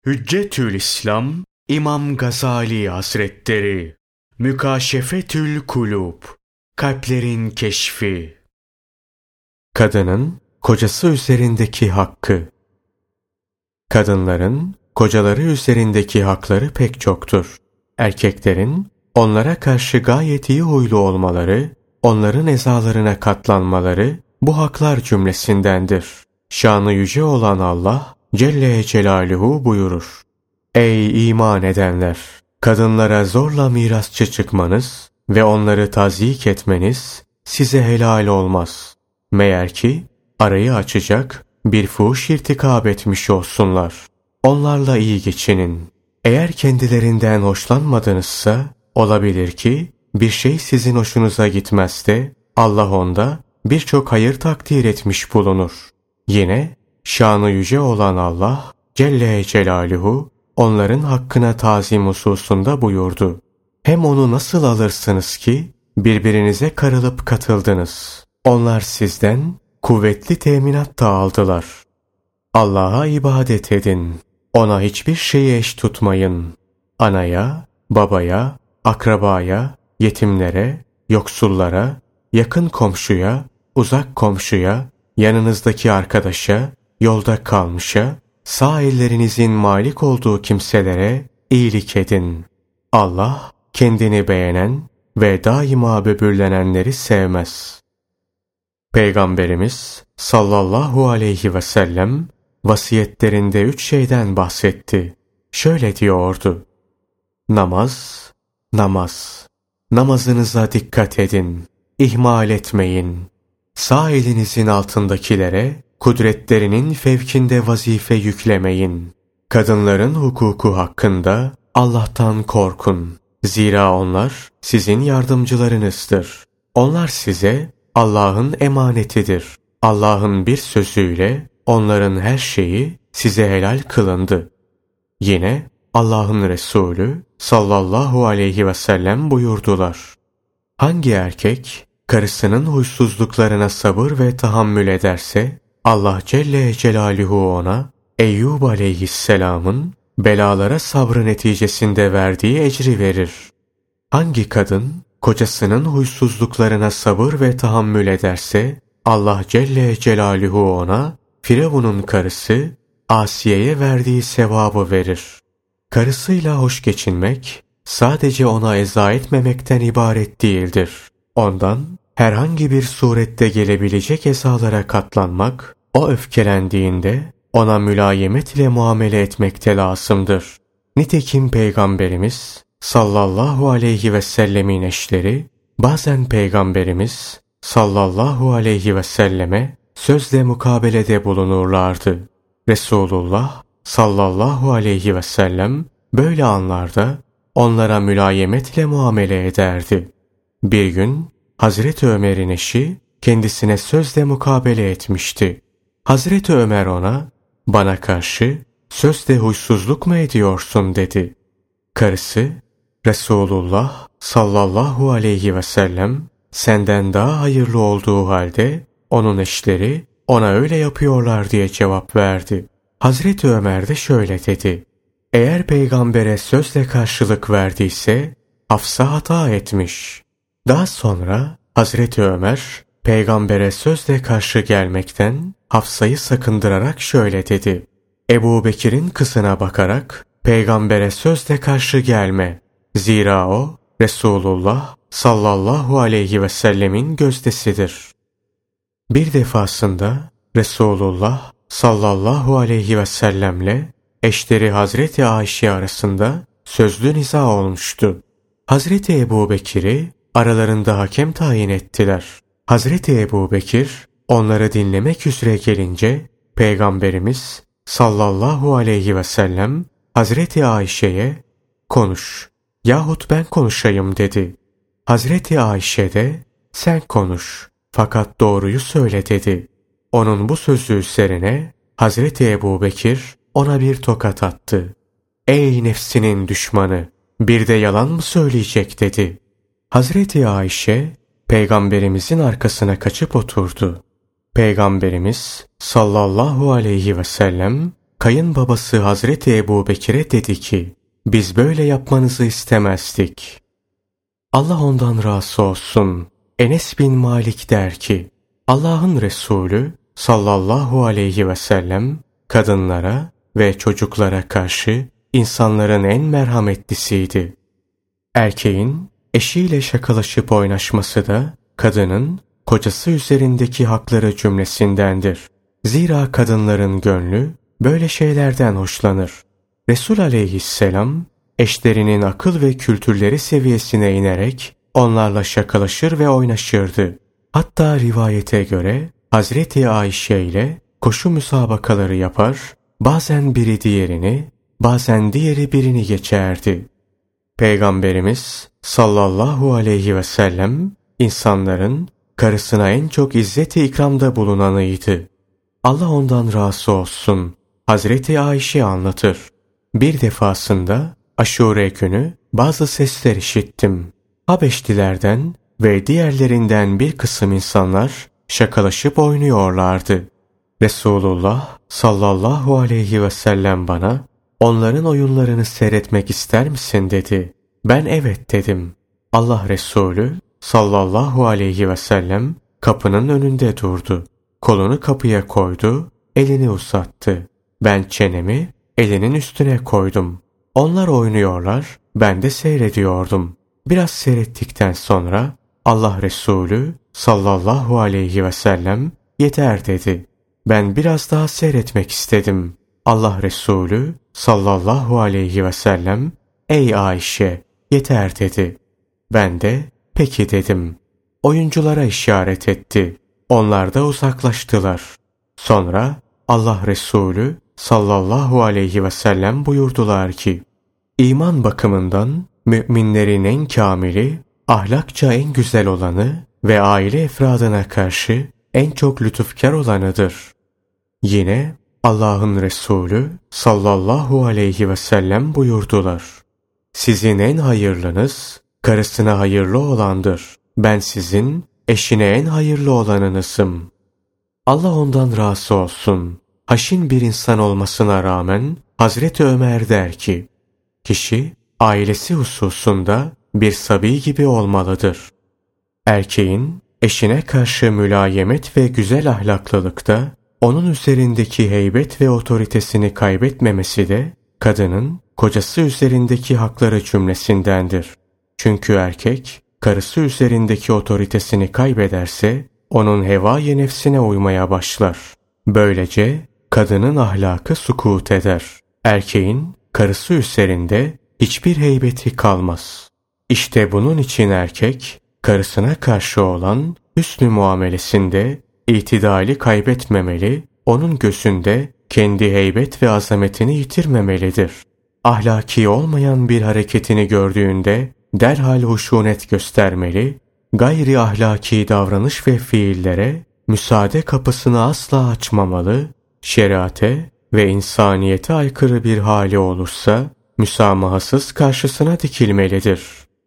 Hüccetül İslam İmam Gazali Hazretleri. Mükaşefetül Kulub, kalplerin keşfi. Kadının kocası üzerindeki hakkı. Kadınların kocaları üzerindeki hakları pek çoktur. Erkeklerin onlara karşı gayet iyi huylu olmaları, onların ezalarına katlanmaları bu haklar cümlesindendir. Şanı yüce olan Allah Celle Celaluhu buyurur: Ey iman edenler! Kadınlara zorla mirasçı çıkmanız ve onları tazyik etmeniz size helal olmaz. Meğer ki arayı açacak bir fuhuş irtikab etmiş olsunlar. Onlarla iyi geçinin. Eğer kendilerinden hoşlanmadınızsa olabilir ki bir şey sizin hoşunuza gitmez de Allah onda birçok hayır takdir etmiş bulunur. Yine şanı yüce olan Allah Celle Celaluhu onların hakkına tazim hususunda buyurdu: Hem onu nasıl alırsınız ki birbirinize karılıp katıldınız? Onlar sizden kuvvetli teminat da aldılar. Allah'a ibadet edin. Ona hiçbir şeyi eş tutmayın. Anaya, babaya, akrabaya, yetimlere, yoksullara, yakın komşuya, uzak komşuya, yanınızdaki arkadaşa, yolda kalmışa, sağ ellerinizin malik olduğu kimselere iyilik edin. Allah kendini beğenen ve daima böbürlenenleri sevmez. Peygamberimiz sallallahu aleyhi ve sellem vasiyetlerinde 3 şeyden bahsetti. Şöyle diyordu: Namaz, namaz. Namazınıza dikkat edin. İhmal etmeyin. Sağ elinizin altındakilere kudretlerinin fevkinde vazife yüklemeyin. Kadınların hukuku hakkında Allah'tan korkun. Zira onlar sizin yardımcılarınızdır. Onlar size Allah'ın emanetidir. Allah'ın bir sözüyle onların her şeyi size helal kılındı. Yine Allah'ın Resulü sallallahu aleyhi ve sellem buyurdular: Hangi erkek karısının huysuzluklarına sabır ve tahammül ederse Allah Celle Celaluhu ona Eyyub aleyhisselamın belalara sabrı neticesinde verdiği ecri verir. Hangi kadın kocasının huysuzluklarına sabır ve tahammül ederse Allah Celle Celaluhu ona Firavun'un karısı Asiye'ye verdiği sevabı verir. Karısıyla hoş geçinmek sadece ona eza etmemekten ibaret değildir. Ondan herhangi bir surette gelebilecek ezalara katlanmak, o öfkelendiğinde ona mülayemet ile muamele etmekte lazımdır. Nitekim Peygamberimiz sallallahu aleyhi ve sellemin eşleri bazen Peygamberimiz sallallahu aleyhi ve selleme sözle mukabelede bulunurlardı. Resulullah sallallahu aleyhi ve sellem böyle anlarda onlara mülayemetle muamele ederdi. Bir gün Hazreti Ömer'in eşi kendisine sözle mukabele etmişti. Hazreti Ömer ona, bana karşı sözle huysuzluk mu ediyorsun dedi. Karısı, Resulullah sallallahu aleyhi ve sellem senden daha hayırlı olduğu halde onun eşleri ona öyle yapıyorlar diye cevap verdi. Hazreti Ömer de şöyle dedi: Eğer peygambere sözle karşılık verdiyse Hafsa hata etmiş. Daha sonra Hazreti Ömer peygambere sözle karşı gelmekten Hafsa'yı sakındırarak şöyle dedi: Ebu Bekir'in kızına bakarak peygambere sözle karşı gelme. Zira o Resulullah sallallahu aleyhi ve sellemin gözdesidir. Bir defasında Resulullah sallallahu aleyhi ve sellemle eşleri Hazreti Ayşe arasında sözlü niza olmuştu. Hazreti Ebu Bekir'i aralarında hakem tayin ettiler. Hazreti Ebu Bekir onları dinlemek üzere gelince Peygamberimiz sallallahu aleyhi ve sellem Hazreti Ayşe'ye konuş yahut ben konuşayım dedi. Hazreti Ayşe de sen konuş fakat doğruyu söyle dedi. Onun bu sözü üzerine Hazreti Ebu Bekir ona bir tokat attı. Ey nefsinin düşmanı, bir de yalan mı söyleyecek dedi. Hazreti Ayşe Peygamberimizin arkasına kaçıp oturdu. Peygamberimiz sallallahu aleyhi ve sellem kayınbabası Hazreti Ebubekir'e dedi ki, biz böyle yapmanızı istemezdik. Allah ondan razı olsun. Enes bin Malik der ki, Allah'ın Resulü sallallahu aleyhi ve sellem kadınlara ve çocuklara karşı insanların en merhametlisiydi. Erkeğin eşiyle şakalaşıp oynaşması da kadının kocası üzerindeki hakları cümlesindendir. Zira kadınların gönlü böyle şeylerden hoşlanır. Resul aleyhisselam eşlerinin akıl ve kültürleri seviyesine inerek onlarla şakalaşır ve oynaşırdı. Hatta rivayete göre Hazreti Ayşe ile koşu müsabakaları yapar, bazen biri diğerini, bazen diğeri birini geçerdi. Peygamberimiz sallallahu aleyhi ve sellem insanların karısına en çok izzet-i ikramda bulunanıydı. Allah ondan razı olsun. Hazreti Ayşe anlatır. Bir defasında Aşure günü bazı sesler işittim. Habeşlilerden ve diğerlerinden bir kısım insanlar şakalaşıp oynuyorlardı. Resulullah sallallahu aleyhi ve sellem bana, onların oyunlarını seyretmek ister misin dedi. Ben evet dedim. Allah Resulü sallallahu aleyhi ve sellem kapının önünde durdu. Kolunu kapıya koydu, elini uzattı. Ben çenemi elinin üstüne koydum. Onlar oynuyorlar, ben de seyrediyordum. Biraz seyrettikten sonra Allah Resulü sallallahu aleyhi ve sellem yeter dedi. Ben biraz daha seyretmek istedim. Allah Resulü sallallahu aleyhi ve sellem ey Ayşe yeter dedi. Ben de peki dedim. Oyunculara işaret etti. Onlar da uzaklaştılar. Sonra Allah Resulü sallallahu aleyhi ve sellem buyurdular ki, İman bakımından müminlerin en kamili, ahlakça en güzel olanı ve aile efradına karşı en çok lütufkar olanıdır. Yine Allah'ın Resulü sallallahu aleyhi ve sellem buyurdular. Sizin en hayırlınız, karısına hayırlı olandır. Ben sizin eşine en hayırlı olanınızım. Allah ondan razı olsun. Haşin bir insan olmasına rağmen Hazreti Ömer der ki, kişi ailesi hususunda bir sabi gibi olmalıdır. Erkeğin eşine karşı mülayemet ve güzel ahlaklılıkta onun üzerindeki heybet ve otoritesini kaybetmemesi de kadının kocası üzerindeki hakları cümlesindendir. Çünkü erkek karısı üzerindeki otoritesini kaybederse onun heva-i nefsine uymaya başlar. Böylece kadının ahlakı sukût eder. Erkeğin karısı üzerinde hiçbir heybeti kalmaz. İşte bunun için erkek karısına karşı olan hüsnü muamelesinde itidali kaybetmemeli, onun gözünde kendi heybet ve azametini yitirmemelidir. Ahlaki olmayan bir hareketini gördüğünde derhal huşunet göstermeli, gayri ahlaki davranış ve fiillere müsaade kapısını asla açmamalı, şeriate ve insaniyete aykırı bir hali olursa müsamahasız karşısına dikilmelidir.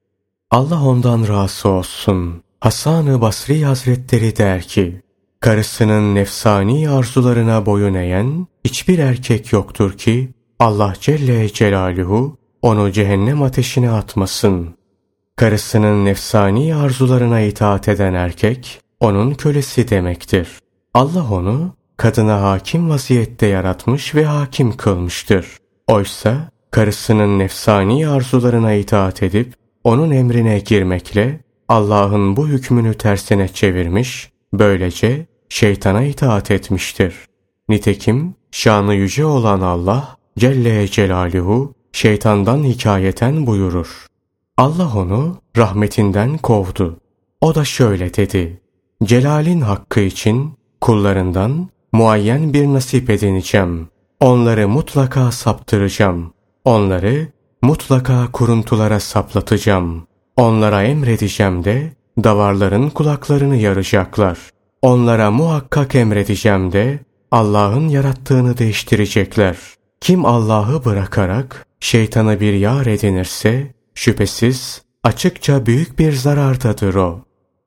Allah ondan razı olsun. Hasan-ı Basri Hazretleri der ki, karısının nefsani arzularına boyun eğen hiçbir erkek yoktur ki Allah Celle Celaluhu onu cehennem ateşine atmasın. Karısının nefsani arzularına itaat eden erkek onun kölesi demektir. Allah onu kadına hakim vaziyette yaratmış ve hakim kılmıştır. Oysa karısının nefsani arzularına itaat edip onun emrine girmekle Allah'ın bu hükmünü tersine çevirmiş, böylece şeytana itaat etmiştir. Nitekim şanı yüce olan Allah Celle Celaluhu şeytandan hikayeten buyurur. Allah onu rahmetinden kovdu. O da şöyle dedi: Celal'in hakkı için kullarından muayyen bir nasip edineceğim. Onları mutlaka saptıracağım. Onları mutlaka kuruntulara saplatacağım. Onlara emredeceğim de davarların kulaklarını yaracaklar. Onlara muhakkak emredeceğim de Allah'ın yarattığını değiştirecekler. Kim Allah'ı bırakarak şeytanı bir yar edinirse şüphesiz açıkça büyük bir zarardadır o.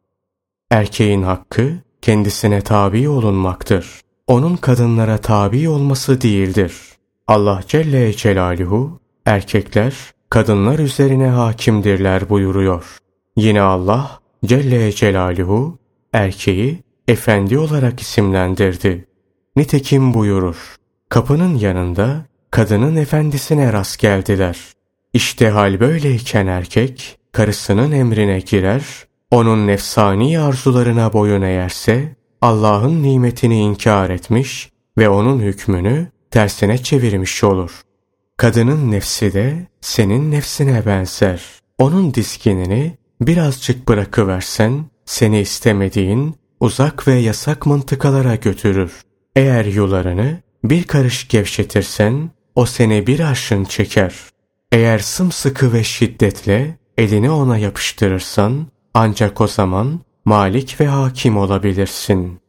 Erkeğin hakkı kendisine tabi olunmaktır. Onun kadınlara tabi olması değildir. Allah Celle Celaluhu, erkekler kadınlar üzerine hakimdirler buyuruyor. Yine Allah Celle Celaluhu, erkeği efendi olarak isimlendirdi. Nitekim buyurur, kapının yanında kadının efendisine rast geldiler. İşte hal böyleyken erkek, karısının emrine girer, onun nefsani arzularına boyun eğerse, Allah'ın nimetini inkar etmiş ve onun hükmünü tersine çevirmiş olur. Kadının nefsi de senin nefsine benzer. Onun diskinini birazcık bırakıversen, seni istemediğin uzak ve yasak mıntıkalara götürür. Eğer yularını bir karış gevşetirsen, o seni bir arşın çeker. Eğer sımsıkı ve şiddetle elini ona yapıştırırsan, ancak o zaman malik ve hakim olabilirsin.